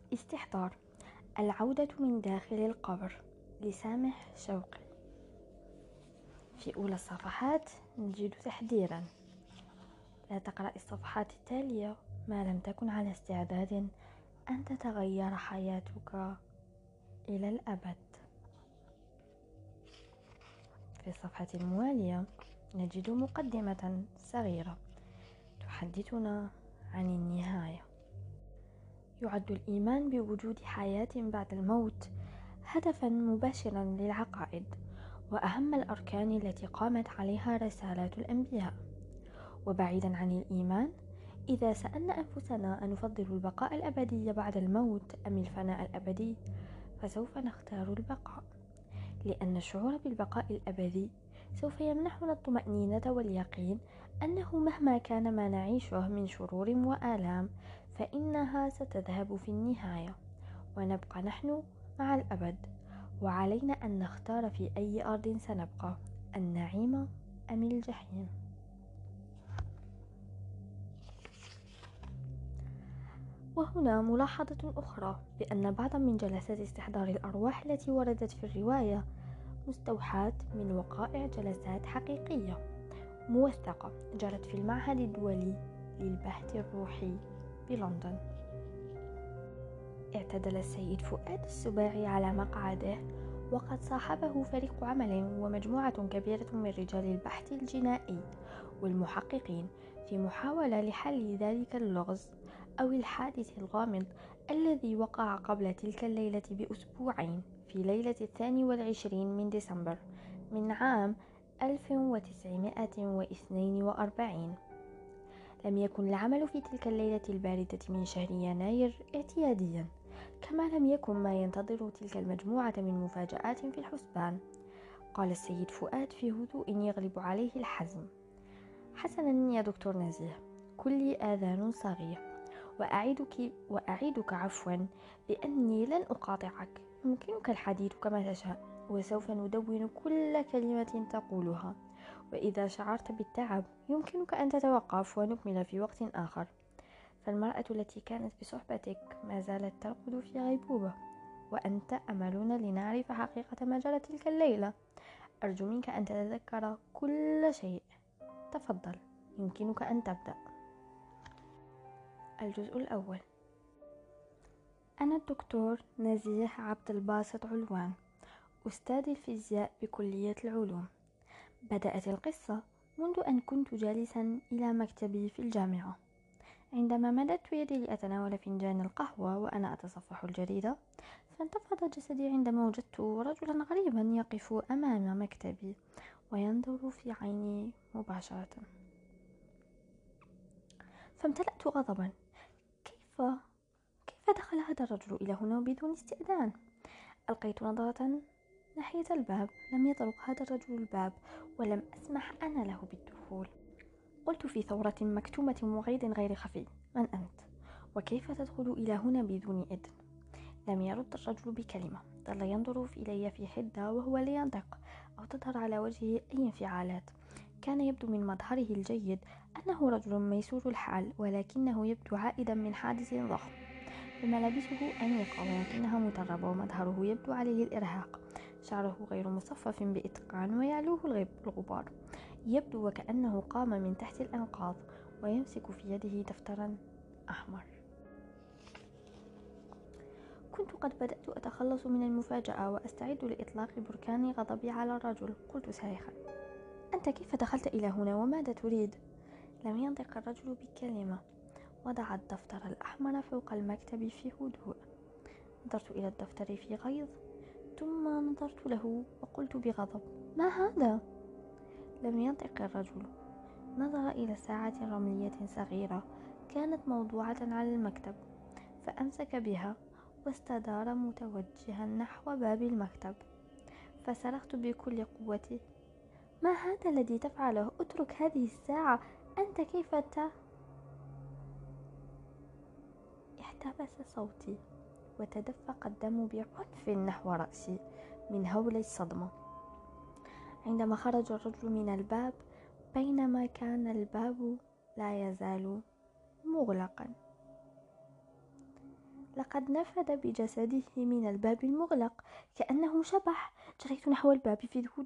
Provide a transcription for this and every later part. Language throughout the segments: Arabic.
استحضار: العودة من داخل القبر، لسامح شوقي. في أولى الصفحات نجد تحذيرا: لا تقرأ الصفحات التالية ما لم تكن على استعداد أن تتغير حياتك إلى الأبد. في الصفحة الموالية نجد مقدمة صغيرة تحدثنا عن النهاية. يعد الإيمان بوجود حياة بعد الموت هدفا مباشرا للعقائد وأهم الأركان التي قامت عليها رسالات الأنبياء. وبعيدا عن الإيمان، إذا سألنا أنفسنا أنفضل البقاء الأبدي بعد الموت أم الفناء الأبدي، فسوف نختار البقاء، لأن الشعور بالبقاء الأبدي سوف يمنحنا الطمأنينة واليقين أنه مهما كان ما نعيشه من شرور وآلام فإنها ستذهب في النهاية، ونبقى نحن مع الأبد. وعلينا أن نختار في أي أرض سنبقى، النعيم أم الجحيم. وهنا ملاحظة أخرى بأن بعضا من جلسات استحضار الأرواح التي وردت في الرواية مستوحاة من وقائع جلسات حقيقية موثقة جرت في المعهد الدولي للبحث الروحي بلندن. اعتدل السيد فؤاد السباعي على مقعده، وقد صاحبه فريق عمل ومجموعة كبيرة من رجال البحث الجنائي والمحققين في محاولة لحل ذلك اللغز أو الحادث الغامض الذي وقع قبل تلك الليلة بأسبوعين، في ليلة 22 من ديسمبر من عام 1942. لم يكن العمل في تلك الليلة الباردة من شهر يناير اعتياديا، كما لم يكن ما ينتظر تلك المجموعة من مفاجآت في الحسبان. قال السيد فؤاد في هدوء يغلب عليه الحزم: حسنا يا دكتور نزيه، كلي آذان صاغية، وأعيدك عفوا بأني لن أقاطعك، يمكنك الحديث كما تشاء، وسوف ندون كل كلمة تقولها، وإذا شعرت بالتعب يمكنك أن تتوقف ونكمل في وقت آخر. فالمرأة التي كانت بصحبتك ما زالت ترقد في غيبوبة، وأنت أملنا لنعرف حقيقة ما جرى تلك الليلة. أرجو منك أن تتذكر كل شيء. تفضل، يمكنك أن تبدأ. الجزء الأول. أنا الدكتور نزيه عبد الباسط علوان، أستاذ الفيزياء بكلية العلوم. بدأت القصة منذ أن كنت جالسا إلى مكتبي في الجامعة، عندما مددت يدي لأتناول فنجان القهوة وأنا أتصفح الجريدة، فانتفض جسدي عندما وجدت رجلا غريبا يقف أمام مكتبي وينظر في عيني مباشرة. فامتلأت غضبا. كيف دخل هذا الرجل إلى هنا بدون استئذان؟ ألقيت نظرة ناحية الباب، لم يطرق هذا الرجل الباب ولم أسمح أنا له بالدخول. قلت في ثورة مكتومة وغيظ غير خفي: من أنت؟ وكيف تدخل إلى هنا بدون إذن؟ لم يرد الرجل بكلمة، ظل ينظر إلي في حدة وهو لا ينطق أو تظهر على وجهه أي انفعالات. كان يبدو من مظهره الجيد أنه رجل ميسور الحال، ولكنه يبدو عائدا من حادث ضخم. فملابسه أنيقة ولكنها مطربة، ومظهره يبدو عليه الإرهاق. شعره غير مصفف بإتقان ويعلوه الغبار. يبدو وكأنه قام من تحت الأنقاض، ويمسك في يده دفترا أحمر. كنت قد بدأت أتخلص من المفاجأة وأستعد لإطلاق بركان غضبي على الرجل. قلت صارخا: أنت كيف دخلت إلى هنا وماذا تريد؟ لم ينطق الرجل بكلمة. وضع الدفتر الأحمر فوق المكتب في هدوء. نظرت إلى الدفتر في غيظ، ثم نظرت له وقلت بغضب: ما هذا؟ لم ينطق الرجل. نظر إلى ساعة رملية صغيرة كانت موضوعة على المكتب، فأمسك بها واستدار متوجها نحو باب المكتب. فصرخت بكل قوتي: ما هذا الذي تفعله؟ اترك هذه الساعة. أنت كيف احتبس صوتي وتدفق الدم بعنف نحو رأسي من هول الصدمة. عندما خرج الرجل من الباب، بينما كان الباب لا يزال مغلقا، لقد نفذ بجسده من الباب المغلق كأنه شبح. جريت نحو الباب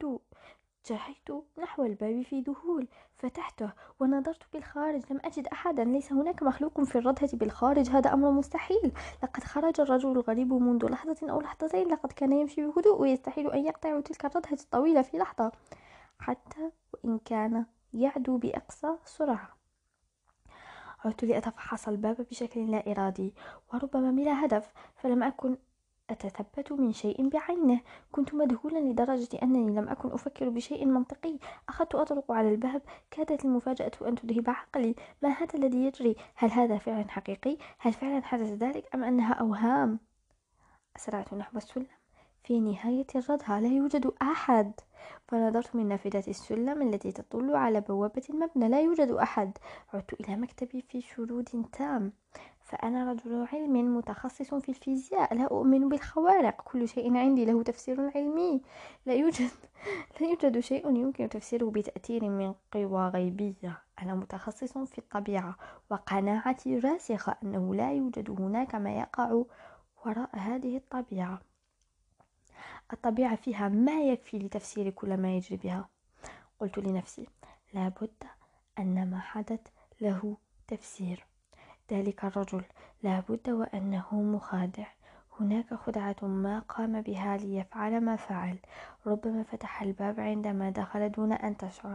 في ذهول. فتحته ونظرت بالخارج، لم أجد أحدا. ليس هناك مخلوق في الردهة بالخارج، هذا أمر مستحيل. لقد خرج الرجل الغريب منذ لحظة أو لحظتين. لقد كان يمشي بهدوء، ويستحيل أن يقطع تلك الردهة الطويلة في لحظة، حتى وإن كان يعدو بأقصى سرعة. عدت لأتفحص الباب بشكل لا إرادي، وربما بلا هدف، فلم أكن أتثبت من شيء بعينه. كنت مذهولا لدرجة أنني لم أكن أفكر بشيء منطقي. أخذت أطرق على الباب. كادت المفاجأة أن تذهب عقلي. ما هذا الذي يجري؟ هل هذا فعلا حقيقي؟ هل فعلا حدث ذلك أم أنها أوهام؟ أسرعت نحو السلم. في نهاية الردهة لا يوجد أحد. فنظرت من نافذة السلم التي تطل على بوابة المبنى. لا يوجد أحد. عدت إلى مكتبي في شرود تام. فأنا رجل علم متخصص في الفيزياء. لا أؤمن بالخوارق. كل شيء عندي له تفسير علمي. لا يوجد شيء يمكن تفسيره بتأثير من قوى غيبية. أنا متخصص في الطبيعة، وقناعتي راسخة أنه لا يوجد هناك ما يقع وراء هذه الطبيعة. الطبيعة فيها ما يكفي لتفسير كل ما يجري بها. قلت لنفسي: لابد أن ما حدث له تفسير. ذلك الرجل لابد وأنه مخادع. هناك خدعة ما قام بها ليفعل ما فعل. ربما فتح الباب عندما دخل دون أن تشعر.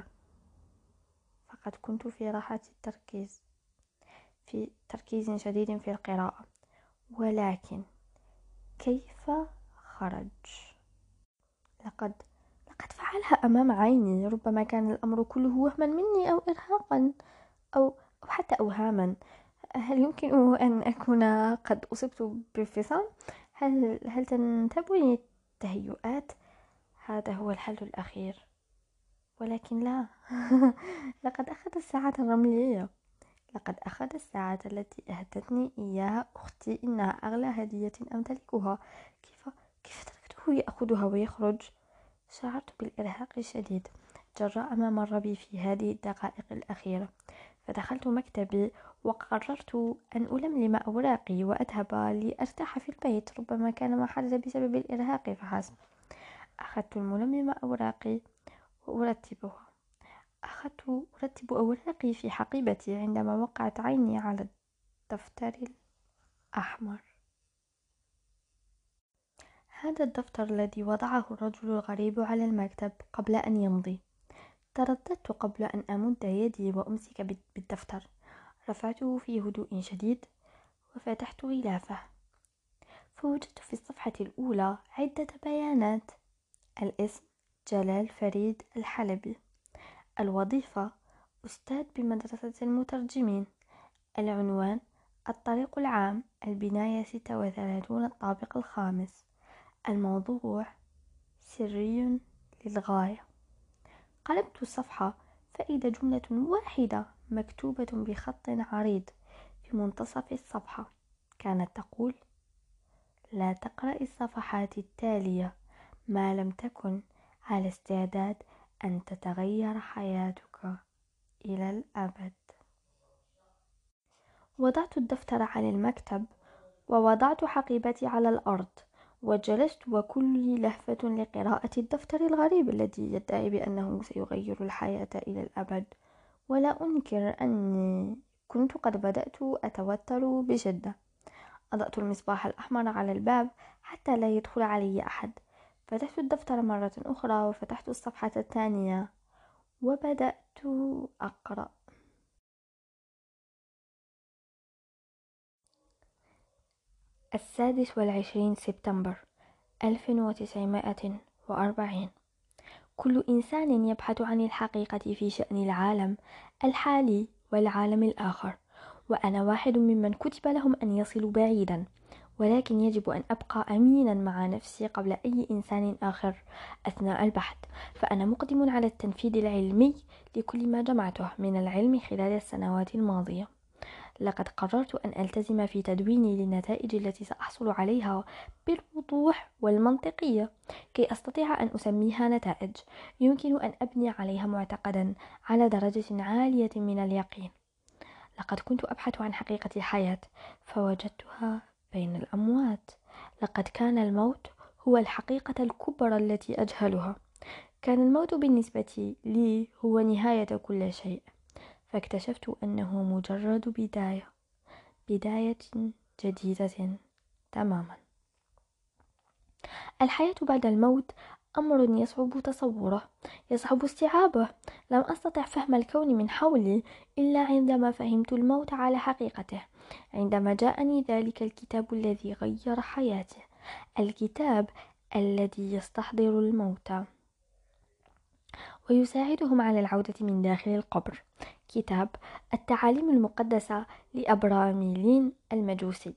فقد كنت في راحة التركيز، في تركيز شديد في القراءة. ولكن كيف خرج؟ لقد فعلها أمام عيني. ربما كان الأمر كله وهما مني، أو إرهاقا، أو حتى أوهاما. هل يمكن أن أكون قد أصبت بانفصام؟ هل تنتابني التهيؤات؟ هذا هو الحل الأخير. ولكن لا. لقد أخذ الساعة الرملية. لقد أخذ الساعة التي أهدتني إياها أختي. إنها أغلى هدية أمتلكها. كيف تركته يأخذها ويخرج؟ شعرت بالإرهاق الشديد جراء ما مر بي في هذه الدقائق الأخيرة. فدخلت مكتبي وقررت أن ألملم أوراقي وأذهب لأرتاح في البيت. ربما كان ما حدث بسبب الإرهاق فحسب. أخذت الملمم أوراقي وأرتبها. أرتب أوراقي في حقيبتي عندما وقعت عيني على الدفتر الأحمر. هذا الدفتر الذي وضعه الرجل الغريب على المكتب قبل أن يمضي. ترددت قبل أن أمد يدي وأمسك بالدفتر. رفعته في هدوء شديد وفتحت غلافه. فوجدت في الصفحة الأولى عدة بيانات: الاسم: جلال فريد الحلبي. الوظيفة: أستاذ بمدرسة المترجمين. العنوان: الطريق العام، البناية 36 الطابق الخامس. الموضوع: سري للغاية. قلبت الصفحة فإذا جملة واحدة مكتوبة بخط عريض في منتصف الصفحة كانت تقول: لا تقرأ الصفحات التالية ما لم تكن على استعداد أن تتغير حياتك إلى الأبد. وضعت الدفتر على المكتب ووضعت حقيبتي على الأرض وجلست وكلي لهفة لقراءة الدفتر الغريب الذي يدعي بأنه سيغير الحياة إلى الأبد. ولا أنكر أني كنت قد بدأت أتوتر بشدة. أضأت المصباح الأحمر على الباب حتى لا يدخل علي أحد. فتحت الدفتر مرة أخرى وفتحت الصفحة الثانية وبدأت أقرأ. 26 سبتمبر 1940. كل إنسان يبحث عن الحقيقة في شأن العالم الحالي والعالم الآخر، وأنا واحد ممن كتب لهم أن يصلوا بعيدا، ولكن يجب أن أبقى أمينا مع نفسي قبل أي إنسان آخر أثناء البحث. فأنا مقدم على التنفيذ العلمي لكل ما جمعته من العلم خلال السنوات الماضية. لقد قررت أن ألتزم في تدويني للنتائج التي سأحصل عليها بالوضوح والمنطقية كي أستطيع أن أسميها نتائج يمكن أن أبني عليها معتقدا على درجة عالية من اليقين. لقد كنت أبحث عن حقيقة الحياة فوجدتها بين الأموات. لقد كان الموت هو الحقيقة الكبرى التي أجهلها. كان الموت بالنسبة لي هو نهاية كل شيء، فاكتشفت أنه مجرد بداية جديدة تماما. الحياة بعد الموت أمر يصعب تصوره، يصعب استيعابه. لم أستطع فهم الكون من حولي إلا عندما فهمت الموت على حقيقته، عندما جاءني ذلك الكتاب الذي غير حياتي، الكتاب الذي يستحضر الموتى ويساعدهم على العودة من داخل القبر، كتاب التعاليم المقدسة لأبراميلين المجوسي.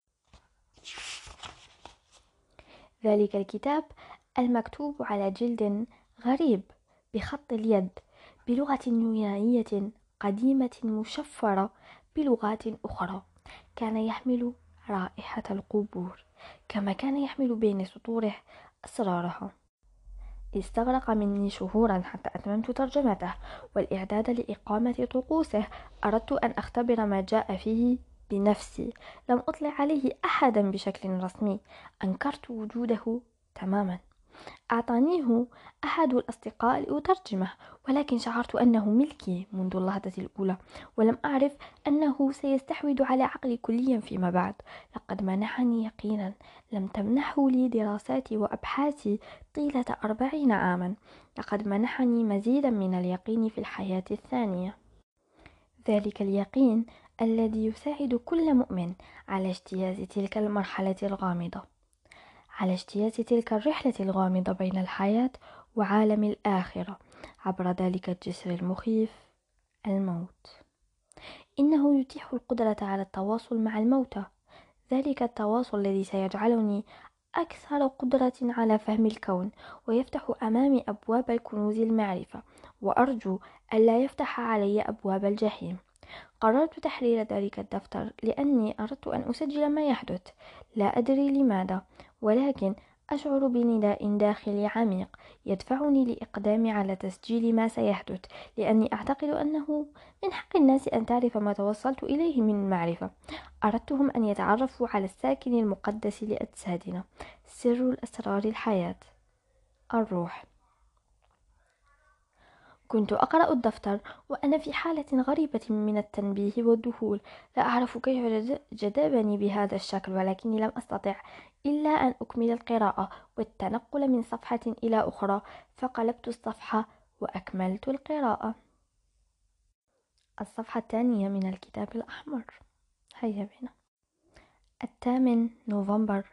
ذلك الكتاب المكتوب على جلد غريب بخط اليد بلغة يونانية قديمة مشفرة بلغات أخرى، كان يحمل رائحة القبور، كما كان يحمل بين سطوره أسرارها. استغرق مني شهورا حتى أتممت ترجمته والإعداد لإقامة طقوسه. أردت أن أختبر ما جاء فيه بنفسي، لم أطلع عليه أحدا بشكل رسمي، أنكرت وجوده تماما. أعطانيه أحد الأصدقاء لأترجمه، ولكن شعرت أنه ملكي منذ اللحظة الأولى، ولم أعرف أنه سيستحوذ على عقلي كليا فيما بعد. لقد منحني يقينا لم تمنحه لي دراساتي وأبحاثي طيلة 40 عاما. لقد منحني مزيدا من اليقين في الحياة الثانية، ذلك اليقين الذي يساعد كل مؤمن على اجتياز تلك المرحلة الغامضة، على اجتياز تلك الرحلة الغامضة بين الحياة وعالم الآخرة عبر ذلك الجسر المخيف، الموت. إنه يتيح القدرة على التواصل مع الموتى، ذلك التواصل الذي سيجعلني أكثر قدرة على فهم الكون ويفتح أمامي أبواب الكنوز المعرفة، وأرجو ألا يفتح علي أبواب الجحيم. قررت تحرير ذلك الدفتر لأني أردت أن أسجل ما يحدث، لا أدري لماذا، ولكن أشعر بنداء داخلي عميق يدفعني لإقدامي على تسجيل ما سيحدث، لأني أعتقد أنه من حق الناس أن تعرف ما توصلت إليه من معرفة. أردتهم أن يتعرفوا على الساكن المقدس لأجسادنا، سر الأسرار الحياة، الروح. كنت أقرأ الدفتر وأنا في حالة غريبة من التنبيه والذهول، لا أعرف كيف جذبني بهذا الشكل، ولكني لم أستطع إلا أن أكمل القراءة والتنقل من صفحة إلى أخرى، فقلبت الصفحة وأكملت القراءة. الصفحة الثانية من الكتاب الأحمر. هيا بنا. 8 نوفمبر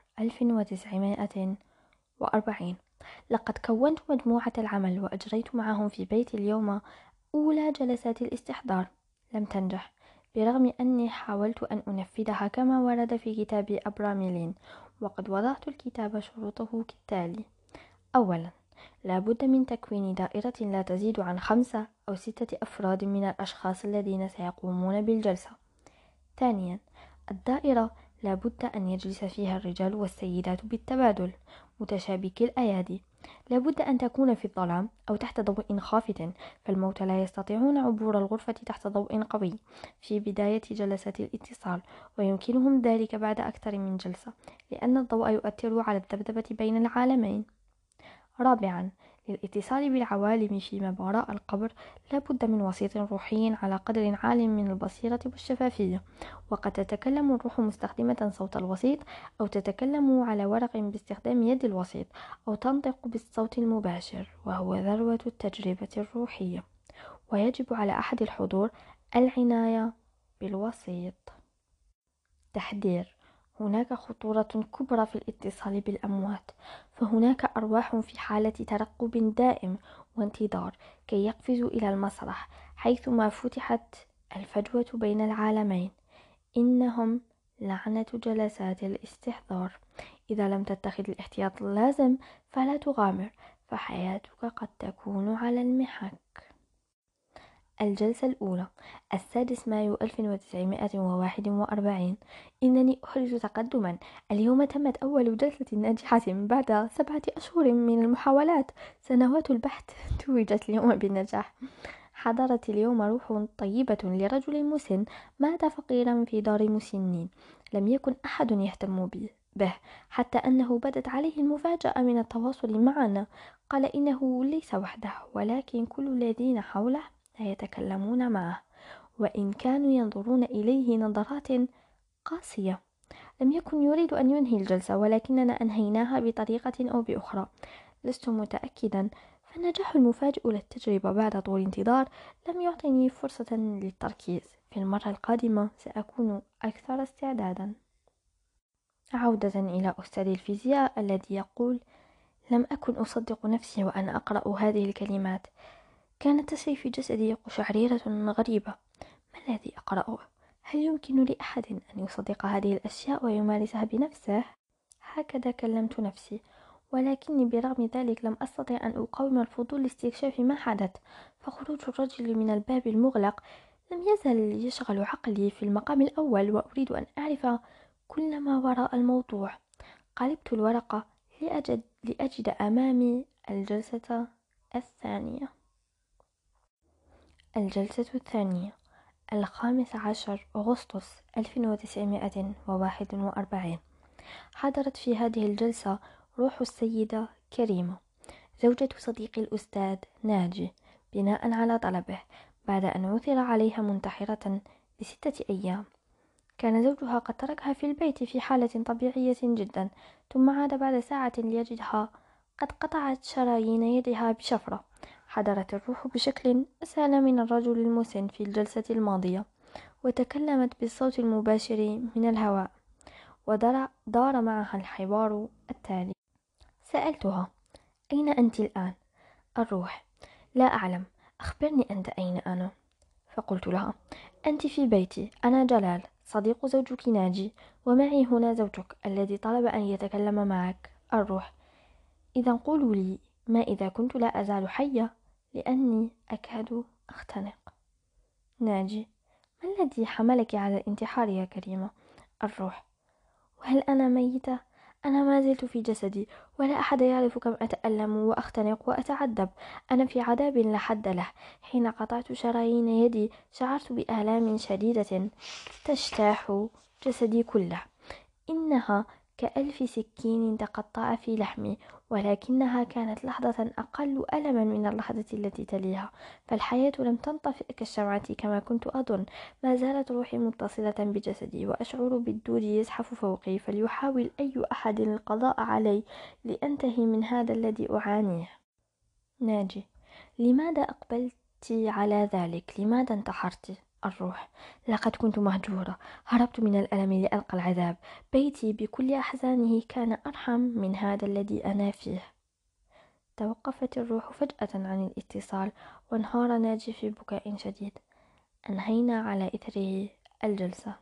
1940. لقد كونت مجموعة العمل وأجريت معهم في بيتي اليوم أولى جلسات الاستحضار. لم تنجح، برغم أني حاولت أن أنفذها كما ورد في كتاب أبراميلين، وقد وضعت الكتاب شروطه كالتالي: أولا، لا بد من تكوين دائرة لا تزيد عن 5 أو 6 أفراد من الأشخاص الذين سيقومون بالجلسة. ثانيا، الدائرة لا بد أن يجلس فيها الرجال والسيدات بالتبادل متشابكي الأيادي. لا بد أن تكون في الظلام أو تحت ضوء خافت، فالموتى لا يستطيعون عبور الغرفة تحت ضوء قوي في بداية جلسة الاتصال، ويمكنهم ذلك بعد أكثر من جلسة، لأن الضوء يؤثر على الذبذبة بين العالمين. رابعا، للاتصال بالعوالم فيما وراء القبر لا بد من وسيط روحي على قدر عال من البصيرة والشفافية، وقد تتكلم الروح مستخدمة صوت الوسيط، أو تتكلم على ورق باستخدام يد الوسيط، أو تنطق بالصوت المباشر، وهو ذروة التجربة الروحية، ويجب على أحد الحضور العناية بالوسيط. تحذير: هناك خطورة كبرى في الاتصال بالأموات، فهناك أرواح في حالة ترقب دائم وانتظار كي يقفزوا إلى المسرح حيثما فتحت الفجوة بين العالمين. إنهم لعنة جلسات الاستحضار. إذا لم تتخذ الاحتياط اللازم فلا تغامر، فحياتك قد تكون على المحك. الجلسة الأولى، 6 مايو 1941. إنني أحرز تقدما. اليوم تمت أول جلسة ناجحة بعد 7 أشهر من المحاولات. سنوات البحث توجت اليوم بالنجاح. حضرت اليوم روح طيبة لرجل مسن مات فقيرا في دار مسنين. لم يكن أحد يهتم به، حتى أنه بدت عليه المفاجأة من التواصل معنا. قال إنه ليس وحده، ولكن كل الذين حوله لا يتكلمون معه، وإن كانوا ينظرون إليه نظرات قاسية. لم يكن يريد أن ينهي الجلسة، ولكننا أنهيناها بطريقة أو بأخرى، لست متأكدا. فالنجاح المفاجئ للتجربة بعد طول انتظار لم يعطني فرصة للتركيز. في المرة القادمة سأكون أكثر استعدادا. عودة إلى أستاذ الفيزياء الذي يقول: لم أكن أصدق نفسي وأنا أقرأ هذه الكلمات. كانت تسري في جسدي قشعريرة غريبة. ما الذي أقرأه؟ هل يمكن لأحد أن يصدق هذه الأشياء ويمارسها بنفسه؟ هكذا كلمت نفسي، ولكني برغم ذلك لم أستطع أن أقاوم الفضول لاستكشاف ما حدث. فخروج الرجل من الباب المغلق لم يزل يشغل عقلي في المقام الأول، وأريد أن أعرف كل ما وراء الموضوع. قلبت الورقة لأجد أمامي الجلسة الثانية. الجلسة الثانية، 15 أغسطس 1941. حضرت في هذه الجلسة روح السيدة كريمة، زوجة صديقي الأستاذ ناجي، بناء على طلبه، بعد أن عثر عليها منتحرة ل6 أيام. كان زوجها قد تركها في البيت في حالة طبيعية جدا، ثم عاد بعد ساعة ليجدها قد قطعت شرايين يدها بشفرة. حضرت الروح بشكل أسهل من الرجل المسن في الجلسة الماضية، وتكلمت بالصوت المباشر من الهواء، ودار معها الحوار التالي: سألتها: أين أنت الآن؟ الروح: لا أعلم، أخبرني أنت أين أنا. فقلت لها: أنت في بيتي، أنا جلال صديق زوجك ناجي، ومعي هنا زوجك الذي طلب أن يتكلم معك. الروح: إذا قولوا لي ما إذا كنت لا أزال حية، لأني أكاد أختنق. ناجي: ما الذي حملك على الانتحار يا كريمة؟ الروح: وهل أنا ميتة؟ أنا ما زلت في جسدي، ولا أحد يعرف كم أتألم وأختنق وأتعذب. أنا في عذاب لا حد له. حين قطعت شرايين يدي شعرت بآلام شديدة تجتاح جسدي كله. إنها كألف سكين تقطع في لحمي، ولكنها كانت لحظة أقل ألما من اللحظة التي تليها. فالحياة لم تنطفئ كالشمعة كما كنت أظن. ما زالت روحي متصلة بجسدي، وأشعر بالدود يزحف فوقي، فليحاول أي أحد القضاء علي لأنتهي من هذا الذي أعانيه. ناجي: لماذا أقبلت على ذلك؟ لماذا انتحرت؟ الروح: لقد كنت مهجورة، هربت من الألم لألقى العذاب. بيتي بكل أحزانه كان أرحم من هذا الذي أنا فيه. توقفت الروح فجأة عن الاتصال، وانهار ناجي في بكاء شديد. أنهينا على إثره الجلسة.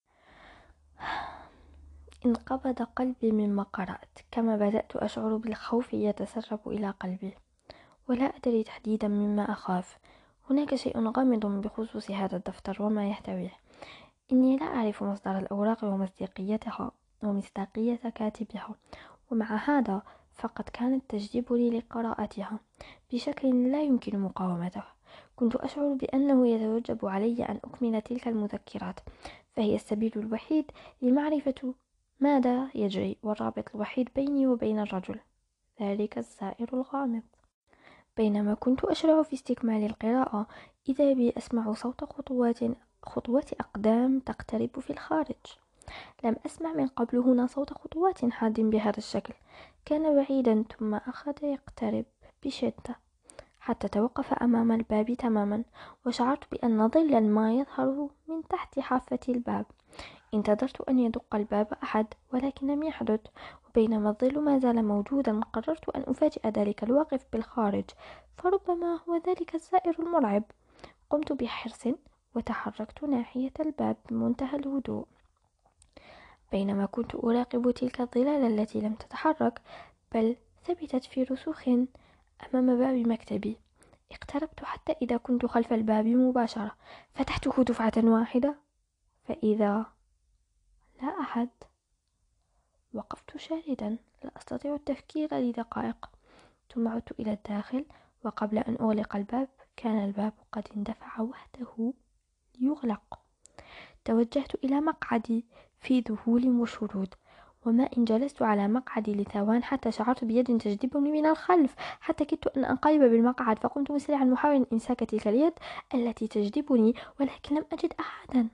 انقبض قلبي مما قرأت، كما بدأت أشعر بالخوف يتسرب إلى قلبي، ولا أدري تحديدا مما أخاف. هناك شيء غامض بخصوص هذا الدفتر وما يحتويه. إني لا أعرف مصدر الأوراق ومصداقية كاتبها، ومع هذا فقد كانت تجذبني لقراءتها بشكل لا يمكن مقاومته. كنت أشعر بأنه يتوجب علي أن أكمل تلك المذكرات، فهي السبيل الوحيد لمعرفة ماذا يجري، والرابط الوحيد بيني وبين الرجل، ذلك الزائر الغامض. بينما كنت أشرع في استكمال القراءة، إذا بي أسمع صوت خطوات أقدام تقترب في الخارج. لم أسمع من قبل هنا صوت خطوات حاد بهذا الشكل. كان بعيدا، ثم أخذ يقترب بشدة حتى توقف أمام الباب تماما، وشعرت بأن ظلا ما يظهر من تحت حافة الباب. انتظرت أن يدق الباب أحد، ولكن لم يحدث. وبينما الظل ما زال موجودا، قررت أن أفاجئ ذلك الواقف بالخارج، فربما هو ذلك الزائر المرعب. قمت بحرص وتحركت ناحية الباب بمنتهى الهدوء. بينما كنت أراقب تلك الظلال التي لم تتحرك، بل ثبتت في رسوخ أمام باب مكتبي، اقتربت حتى إذا كنت خلف الباب مباشرة. فتحته دفعة واحدة، فإذا لا أحد. وقفت شاردا، لا أستطيع التفكير لدقائق، ثم عدت إلى الداخل، وقبل أن أغلق الباب كان الباب قد اندفع وحده ليغلق. توجهت إلى مقعدي في ذهول وشرود، وما إن جلست على مقعدي لثوان حتى شعرت بيد تجذبني من الخلف، حتى كدت أن أنقلب بالمقعد، فقمت مسرعا محاولا إمساك تلك اليد التي تجذبني، ولكن لم أجد أحدا.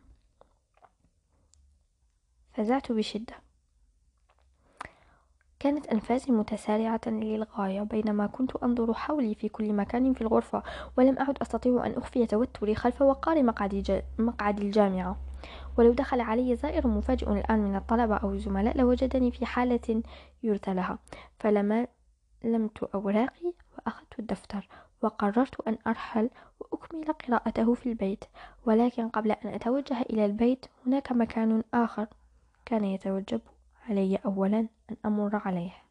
فزعت بشدة. كانت أنفاسي متسارعة للغاية بينما كنت أنظر حولي في كل مكان في الغرفة، ولم أعد أستطيع أن أخفي توتري خلف وقار مقعد الجامعة. ولو دخل علي زائر مفاجئ الآن من الطلبة أو الزملاء لوجدني في حالة يرثى لها. فلما لمت أوراقي وأخذت الدفتر، وقررت أن أرحل وأكمل قراءته في البيت. ولكن قبل أن أتوجه إلى البيت هناك مكان آخر كان يتوجب علي أولا أن أمر عليه.